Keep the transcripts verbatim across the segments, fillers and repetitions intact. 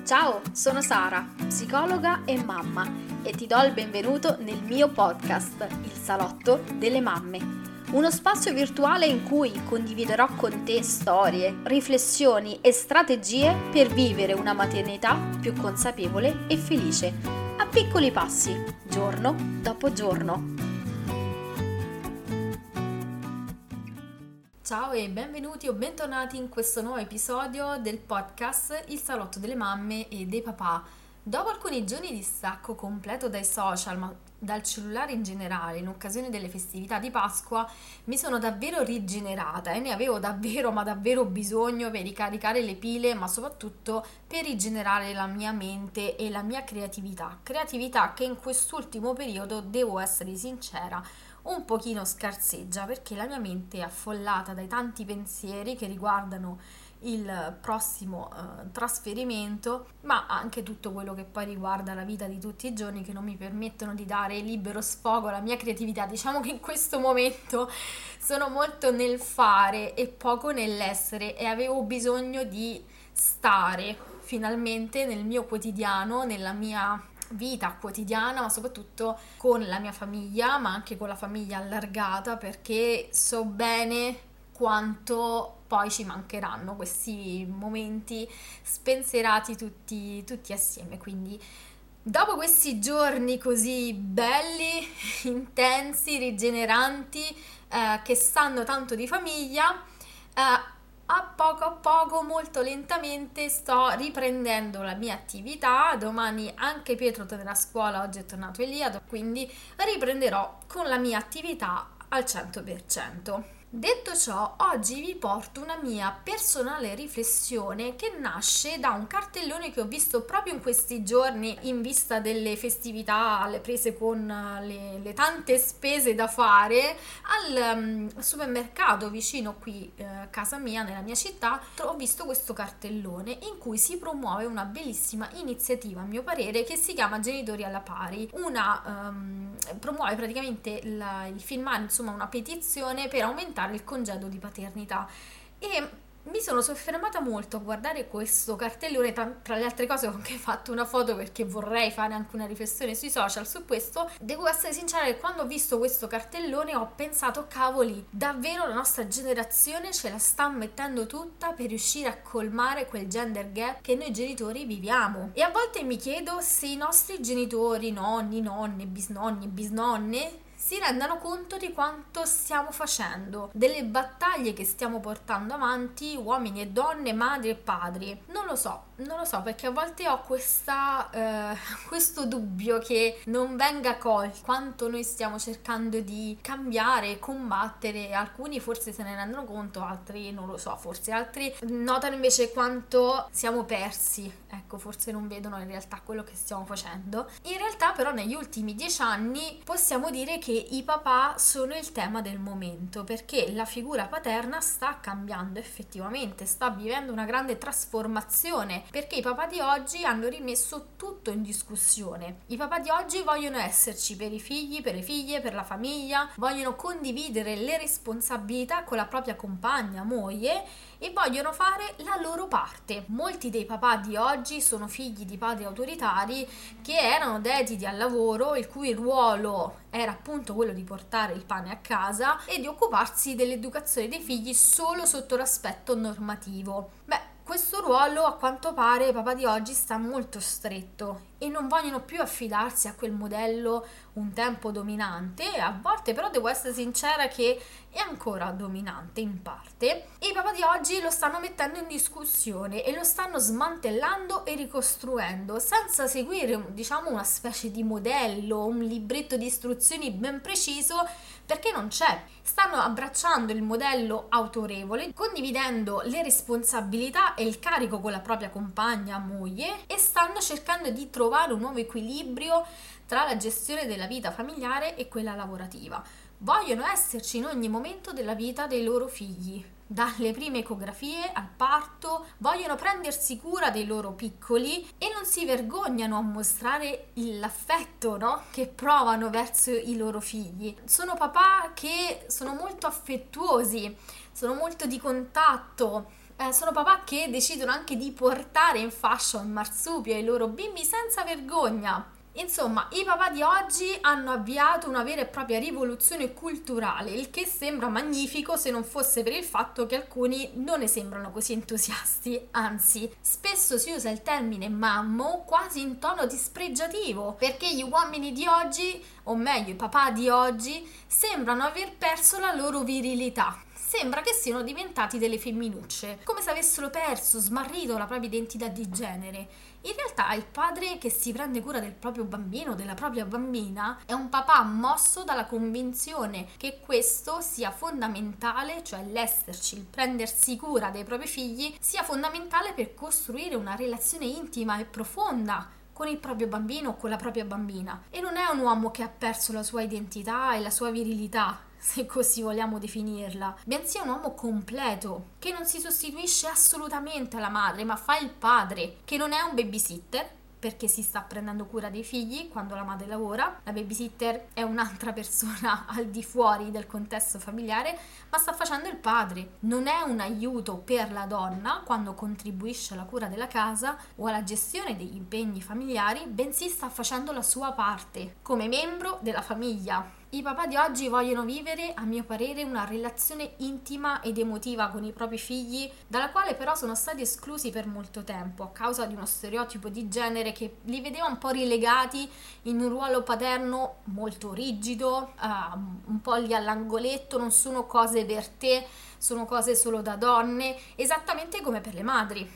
Ciao, sono Sara, psicologa e mamma e ti do il benvenuto nel mio podcast, Il Salotto delle Mamme. Uno spazio virtuale in cui condividerò con te storie, riflessioni e strategie per vivere una maternità più consapevole e felice, a piccoli passi, giorno dopo giorno. Ciao e benvenuti o bentornati in questo nuovo episodio del podcast Il Salotto delle Mamme e dei Papà. Dopo alcuni giorni di stacco completo dai social, ma dal cellulare in generale, in occasione delle festività di Pasqua, mi sono davvero rigenerata e ne avevo davvero, ma davvero bisogno per ricaricare le pile, ma soprattutto per rigenerare la mia mente e la mia creatività. Creatività che in quest'ultimo periodo, devo essere sincera, un pochino scarseggia perché la mia mente è affollata dai tanti pensieri che riguardano il prossimo eh, trasferimento, ma anche tutto quello che poi riguarda la vita di tutti i giorni, che non mi permettono di dare libero sfogo alla mia creatività. Diciamo che in questo momento sono molto nel fare e poco nell'essere e avevo bisogno di stare finalmente nel mio quotidiano, nella mia vita quotidiana, ma soprattutto con la mia famiglia, ma anche con la famiglia allargata, perché so bene quanto poi ci mancheranno questi momenti spensierati tutti, tutti assieme. Quindi dopo questi giorni così belli, intensi, rigeneranti, eh, che sanno tanto di famiglia, eh, a poco a poco, molto lentamente, sto riprendendo la mia attività. Domani anche Pietro tornerà a scuola, oggi è tornato Elia, quindi riprenderò con la mia attività al cento per cento. Detto ciò, oggi vi porto una mia personale riflessione che nasce da un cartellone che ho visto proprio in questi giorni in vista delle festività, alle prese con le, le tante spese da fare al um, supermercato vicino qui eh, a casa mia, nella mia città. Ho visto questo cartellone in cui si promuove una bellissima iniziativa, a mio parere, che si chiama Genitori alla Pari. Una um, promuove praticamente la, il filmare, insomma, una petizione per aumentare il congedo di paternità, e mi sono soffermata molto a guardare questo cartellone. Tra, tra le altre cose ho anche fatto una foto perché vorrei fare anche una riflessione sui social su questo. Devo essere sincera che quando ho visto questo cartellone ho pensato: cavoli, davvero la nostra generazione ce la sta mettendo tutta per riuscire a colmare quel gender gap che noi genitori viviamo. E a volte mi chiedo se i nostri genitori, nonni, nonne, bisnonni, bisnonne si rendano conto di quanto stiamo facendo, delle battaglie che stiamo portando avanti, uomini e donne, madri e padri. Non lo so, non lo so, perché a volte ho questa, eh, questo dubbio che non venga colto quanto noi stiamo cercando di cambiare, combattere. Alcuni forse se ne rendono conto, altri non lo so, forse altri notano invece quanto siamo persi. Ecco, forse non vedono in realtà quello che stiamo facendo. In realtà però negli ultimi dieci anni possiamo dire che i papà sono il tema del momento, perché la figura paterna sta cambiando effettivamente, sta vivendo una grande trasformazione, perché i papà di oggi hanno rimesso tutto in discussione. I papà di oggi vogliono esserci per i figli, per le figlie, per la famiglia, vogliono condividere le responsabilità con la propria compagna, moglie, e vogliono fare la loro parte. Molti dei papà di oggi sono figli di padri autoritari che erano dediti al lavoro, il cui ruolo era appunto quello di portare il pane a casa e di occuparsi dell'educazione dei figli solo sotto l'aspetto normativo. Beh, questo ruolo a quanto pare ai papà di oggi sta molto stretto e non vogliono più affidarsi a quel modello un tempo dominante. A volte però devo essere sincera che è ancora dominante in parte, e i papà di oggi lo stanno mettendo in discussione e lo stanno smantellando e ricostruendo senza seguire, diciamo, una specie di modello, un libretto di istruzioni ben preciso, perché non c'è. Stanno abbracciando il modello autorevole, condividendo le responsabilità e il carico con la propria compagna, moglie, e stanno cercando di trovare un nuovo equilibrio tra la gestione della vita familiare e quella lavorativa. Vogliono esserci in ogni momento della vita dei loro figli, dalle prime ecografie al parto. Vogliono prendersi cura dei loro piccoli e non si vergognano a mostrare l'affetto, no? che provano verso i loro figli. Sono papà che sono molto affettuosi, sono molto di contatto, Eh, sono papà che decidono anche di portare in fascia un marsupio ai loro bimbi senza vergogna. Insomma, i papà di oggi hanno avviato una vera e propria rivoluzione culturale, il che sembra magnifico se non fosse per il fatto che alcuni non ne sembrano così entusiasti, anzi, spesso si usa il termine mammo quasi in tono dispregiativo, perché gli uomini di oggi, o meglio i papà di oggi, sembrano aver perso la loro virilità. Sembra che siano diventati delle femminucce, come se avessero perso, smarrito la propria identità di genere. In realtà il padre che si prende cura del proprio bambino, della propria bambina, è un papà mosso dalla convinzione che questo sia fondamentale, cioè l'esserci, il prendersi cura dei propri figli, sia fondamentale per costruire una relazione intima e profonda con il proprio bambino o con la propria bambina. E non è un uomo che ha perso la sua identità e la sua virilità, se così vogliamo definirla, bensì è un uomo completo, che non si sostituisce assolutamente alla madre, ma fa il padre, che non è un babysitter, perché si sta prendendo cura dei figli quando la madre lavora. La babysitter è un'altra persona al di fuori del contesto familiare, ma sta facendo il padre. Non è un aiuto per la donna quando contribuisce alla cura della casa o alla gestione degli impegni familiari, bensì sta facendo la sua parte come membro della famiglia. I papà di oggi vogliono vivere, a mio parere, una relazione intima ed emotiva con i propri figli, dalla quale però sono stati esclusi per molto tempo a causa di uno stereotipo di genere che li vedeva un po' relegati in un ruolo paterno molto rigido, uh, un po' lì all'angoletto, non sono cose per te, sono cose solo da donne, esattamente come per le madri.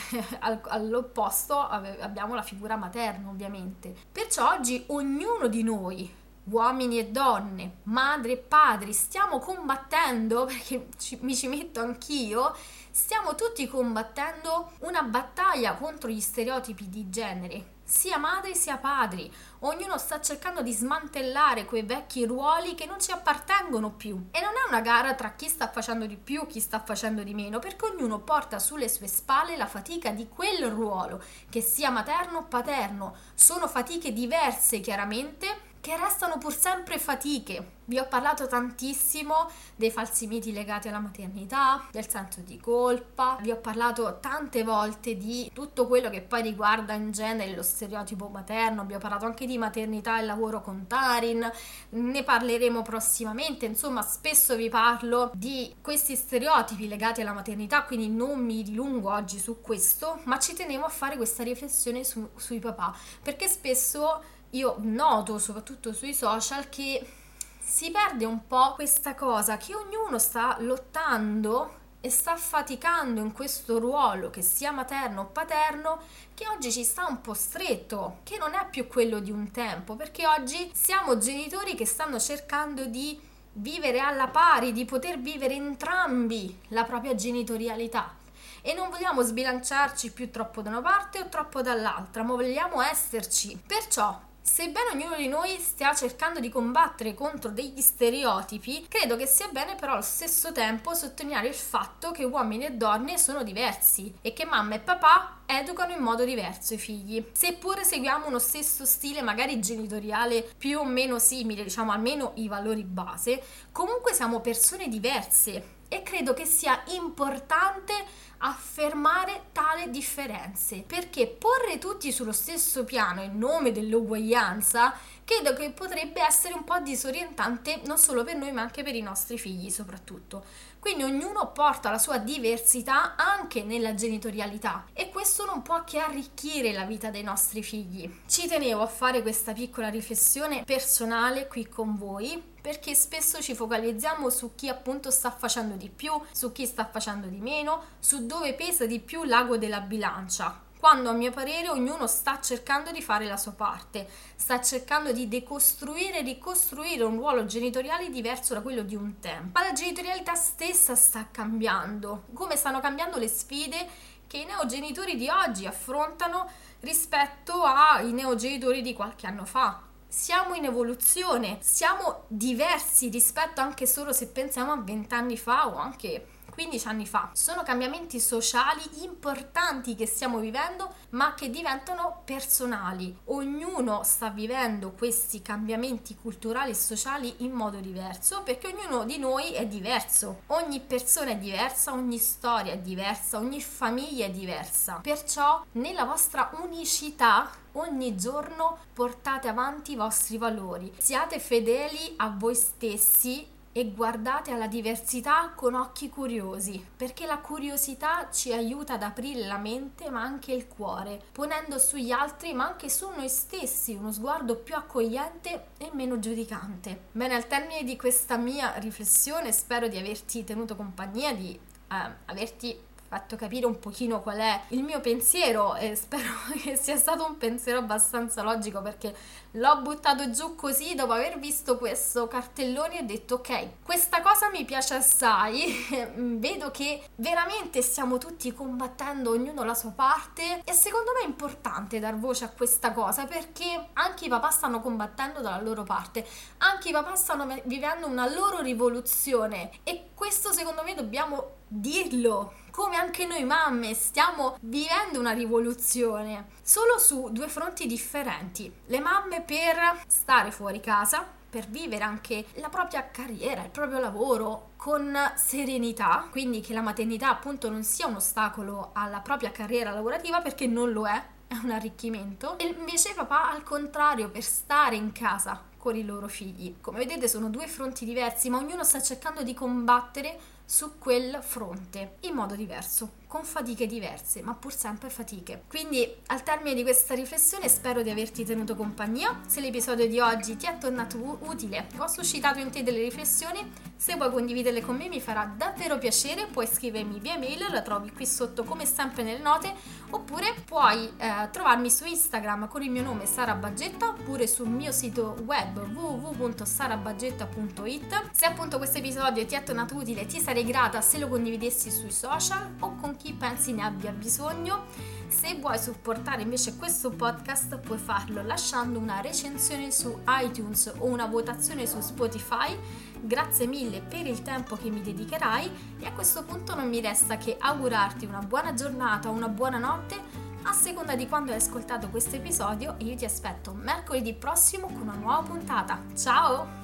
All'opposto abbiamo la figura materna, ovviamente. Perciò oggi ognuno di noi, uomini e donne, madri e padri, stiamo combattendo, perché ci, mi ci metto anch'io, stiamo tutti combattendo una battaglia contro gli stereotipi di genere, sia madri sia padri. Ognuno sta cercando di smantellare quei vecchi ruoli che non ci appartengono più. E non è una gara tra chi sta facendo di più, chi sta facendo di meno, perché ognuno porta sulle sue spalle la fatica di quel ruolo, che sia materno o paterno. Sono fatiche diverse, chiaramente, che restano pur sempre fatiche. Vi ho parlato tantissimo dei falsi miti legati alla maternità, del senso di colpa, vi ho parlato tante volte di tutto quello che poi riguarda in genere lo stereotipo materno, vi ho parlato anche di maternità e lavoro con Tarin, ne parleremo prossimamente. Insomma, spesso vi parlo di questi stereotipi legati alla maternità, quindi non mi dilungo oggi su questo, ma ci tenevo a fare questa riflessione su, sui papà, perché spesso io noto, soprattutto sui social, che si perde un po' questa cosa, che ognuno sta lottando e sta faticando in questo ruolo, che sia materno o paterno, che oggi ci sta un po' stretto, che non è più quello di un tempo, perché oggi siamo genitori che stanno cercando di vivere alla pari, di poter vivere entrambi la propria genitorialità. E non vogliamo sbilanciarci più troppo da una parte o troppo dall'altra, ma vogliamo esserci. Perciò, sebbene ognuno di noi stia cercando di combattere contro degli stereotipi, credo che sia bene però allo stesso tempo sottolineare il fatto che uomini e donne sono diversi e che mamma e papà educano in modo diverso i figli. Seppure seguiamo uno stesso stile magari genitoriale più o meno simile, diciamo almeno i valori base, comunque siamo persone diverse e credo che sia importante affermare tale differenze, perché porre tutti sullo stesso piano in nome dell'uguaglianza credo che potrebbe essere un po' disorientante non solo per noi ma anche per i nostri figli soprattutto. Quindi ognuno porta la sua diversità anche nella genitorialità e questo non può che arricchire la vita dei nostri figli. Ci tenevo a fare questa piccola riflessione personale qui con voi, perché spesso ci focalizziamo su chi appunto sta facendo di più, su chi sta facendo di meno, su dove pesa di più l'ago della bilancia, quando a mio parere ognuno sta cercando di fare la sua parte, sta cercando di decostruire e ricostruire un ruolo genitoriale diverso da quello di un tempo. Ma la genitorialità stessa sta cambiando, come stanno cambiando le sfide che i neogenitori di oggi affrontano rispetto ai neogenitori di qualche anno fa. Siamo in evoluzione, siamo diversi rispetto anche solo se pensiamo a vent'anni fa o anche quindici anni fa. Sono cambiamenti sociali importanti che stiamo vivendo, ma che diventano personali. Ognuno sta vivendo questi cambiamenti culturali e sociali in modo diverso, perché ognuno di noi è diverso. Ogni persona è diversa, ogni storia è diversa, ogni famiglia è diversa. Perciò nella vostra unicità ogni giorno portate avanti i vostri valori. Siate fedeli a voi stessi e guardate alla diversità con occhi curiosi, perché la curiosità ci aiuta ad aprire la mente ma anche il cuore, ponendo sugli altri ma anche su noi stessi uno sguardo più accogliente e meno giudicante. Bene, al termine di questa mia riflessione spero di averti tenuto compagnia, di eh, averti fatto capire un pochino qual è il mio pensiero, e spero che sia stato un pensiero abbastanza logico, perché l'ho buttato giù così dopo aver visto questo cartellone e ho detto ok, questa cosa mi piace assai, vedo che veramente stiamo tutti combattendo ognuno la sua parte, e secondo me è importante dar voce a questa cosa, perché anche i papà stanno combattendo dalla loro parte, anche i papà stanno vivendo una loro rivoluzione, e questo secondo me dobbiamo dirlo, come anche noi mamme stiamo vivendo una rivoluzione, solo su due fronti differenti. Le mamme per stare fuori casa, per vivere anche la propria carriera, il proprio lavoro con serenità, quindi che la maternità appunto non sia un ostacolo alla propria carriera lavorativa, perché non lo è, è un arricchimento. E invece i papà al contrario, per stare in casa con i loro figli. Come vedete sono due fronti diversi, ma ognuno sta cercando di combattere su quel fronte in modo diverso, con fatiche diverse, ma pur sempre fatiche. Quindi al termine di questa riflessione spero di averti tenuto compagnia. Se l'episodio di oggi ti è tornato utile o ha suscitato in te delle riflessioni, se vuoi condividerle con me mi farà davvero piacere. Puoi scrivermi via mail, la trovi qui sotto come sempre nelle note, oppure puoi eh, trovarmi su Instagram con il mio nome Sara Baggetta, oppure sul mio sito web w w w punto sarabaggetta punto i t. Se appunto questo episodio ti è tornato utile, ti sarei grata se lo condividessi sui social o con chi pensi ne abbia bisogno. Se vuoi supportare invece questo podcast, puoi farlo lasciando una recensione su iTunes o una votazione su Spotify. Grazie mille per il tempo che mi dedicherai, e a questo punto non mi resta che augurarti una buona giornata o una buona notte a seconda di quando hai ascoltato questo episodio, e io ti aspetto mercoledì prossimo con una nuova puntata. Ciao!